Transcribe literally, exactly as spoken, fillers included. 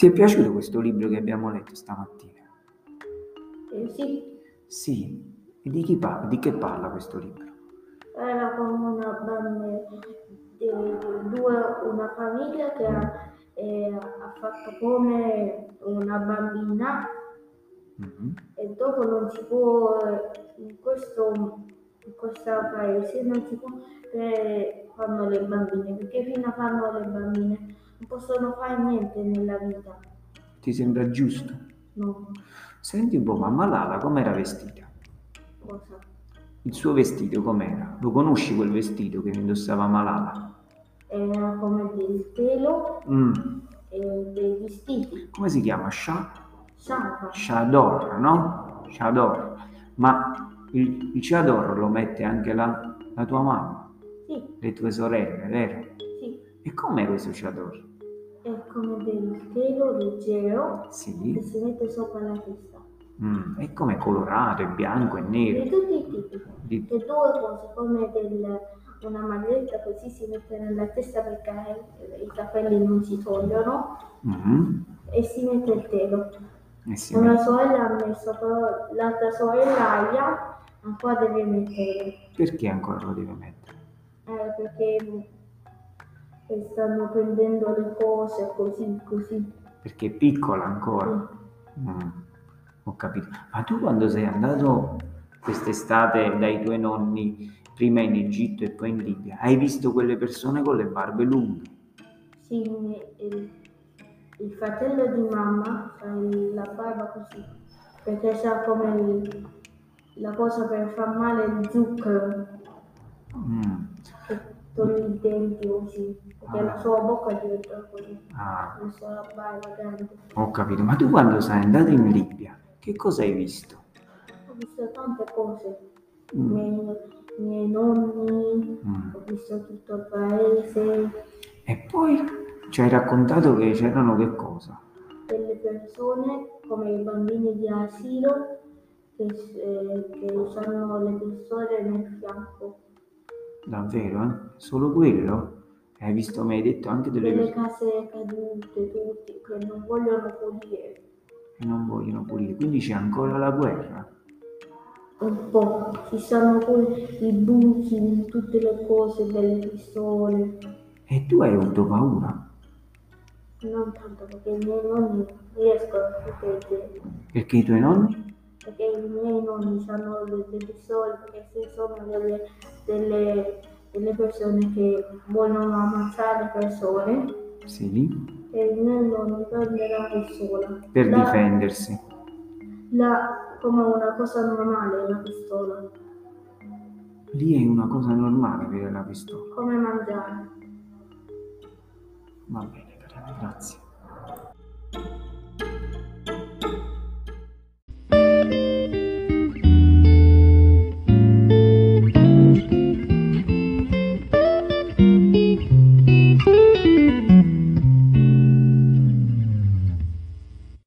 Ti è piaciuto questo libro che abbiamo letto stamattina? Eh, sì, Sì. E di chi parla? Di che parla questo libro? era come una bambina, due, una famiglia che ha, eh, ha fatto come una bambina Mhm. e dopo non si può, in questo, in questo paese non si può eh, fanno le bambine, perché fino a fanno le bambine non possono fare niente nella vita, Ti sembra giusto? no, Senti un po', ma Malala com'era vestita? cosa? Il suo vestito com'era? Lo conosci quel vestito che indossava Malala? Era come del pelo Mm. e dei vestiti, Come si chiama? Sha? sciarpa, Chador, no? Chador. Ma il, il Chador lo mette anche la, la tua mamma, sì, le tue sorelle, vero? sì. E com'è questo Chador? È come del telo leggero Sì. che si mette sopra la testa. Mm. E com'è colorato, è bianco, è nero? Di tutti i tipi. Di- Che due cose, come del, una maglietta così si mette nella testa perché i capelli non si togliono Mhm. e si mette il telo. E si Una mette- sorella ha messo, però l'altra sorella Aya ancora deve mettere, Perché ancora lo deve mettere? eh, perché eh, stanno prendendo le cose così, così. Perché è piccola Sì. ancora. Mm. Ho capito. Ma tu quando sei andato quest'estate dai tuoi nonni, prima in Egitto e poi in Libia, hai visto quelle persone con le barbe lunghe? Sì, il, il fratello di mamma fa il- la barba così, perché sa come il- la cosa per far male il zucchero, Mm. che toglie i denti così, perché la Ah, sua bocca diventa così, ah, la sua barba grande. ho capito. Ma tu quando sei andato in Libia, che cosa hai visto? Ho visto tante cose, i Mm. miei, i miei nonni, Mm. ho visto tutto il paese, E poi ci hai raccontato che c'erano che cosa? delle persone come i bambini di asilo che, eh, che usano le pistole nel fianco, Davvero, eh? Solo quello? E hai visto, mi hai detto anche delle delle persone case cadute, tutti che non vogliono pulire. che non vogliono pulire, quindi c'è ancora la guerra. Un po', ci stanno pure i buchi in tutte le cose delle pistole, E tu hai avuto paura? non tanto perché i miei nonni riescono a proteggere, Perché i tuoi nonni? perché i miei nonni hanno le, le pistole, perché se sono delle, delle, delle persone che vogliono ammazzare persone, Sì, e i miei nonni prendono la pistola. per La, difendersi. la, come una cosa normale la pistola, Lì è una cosa normale avere la pistola. come mangiare. Va bene, carina, grazie.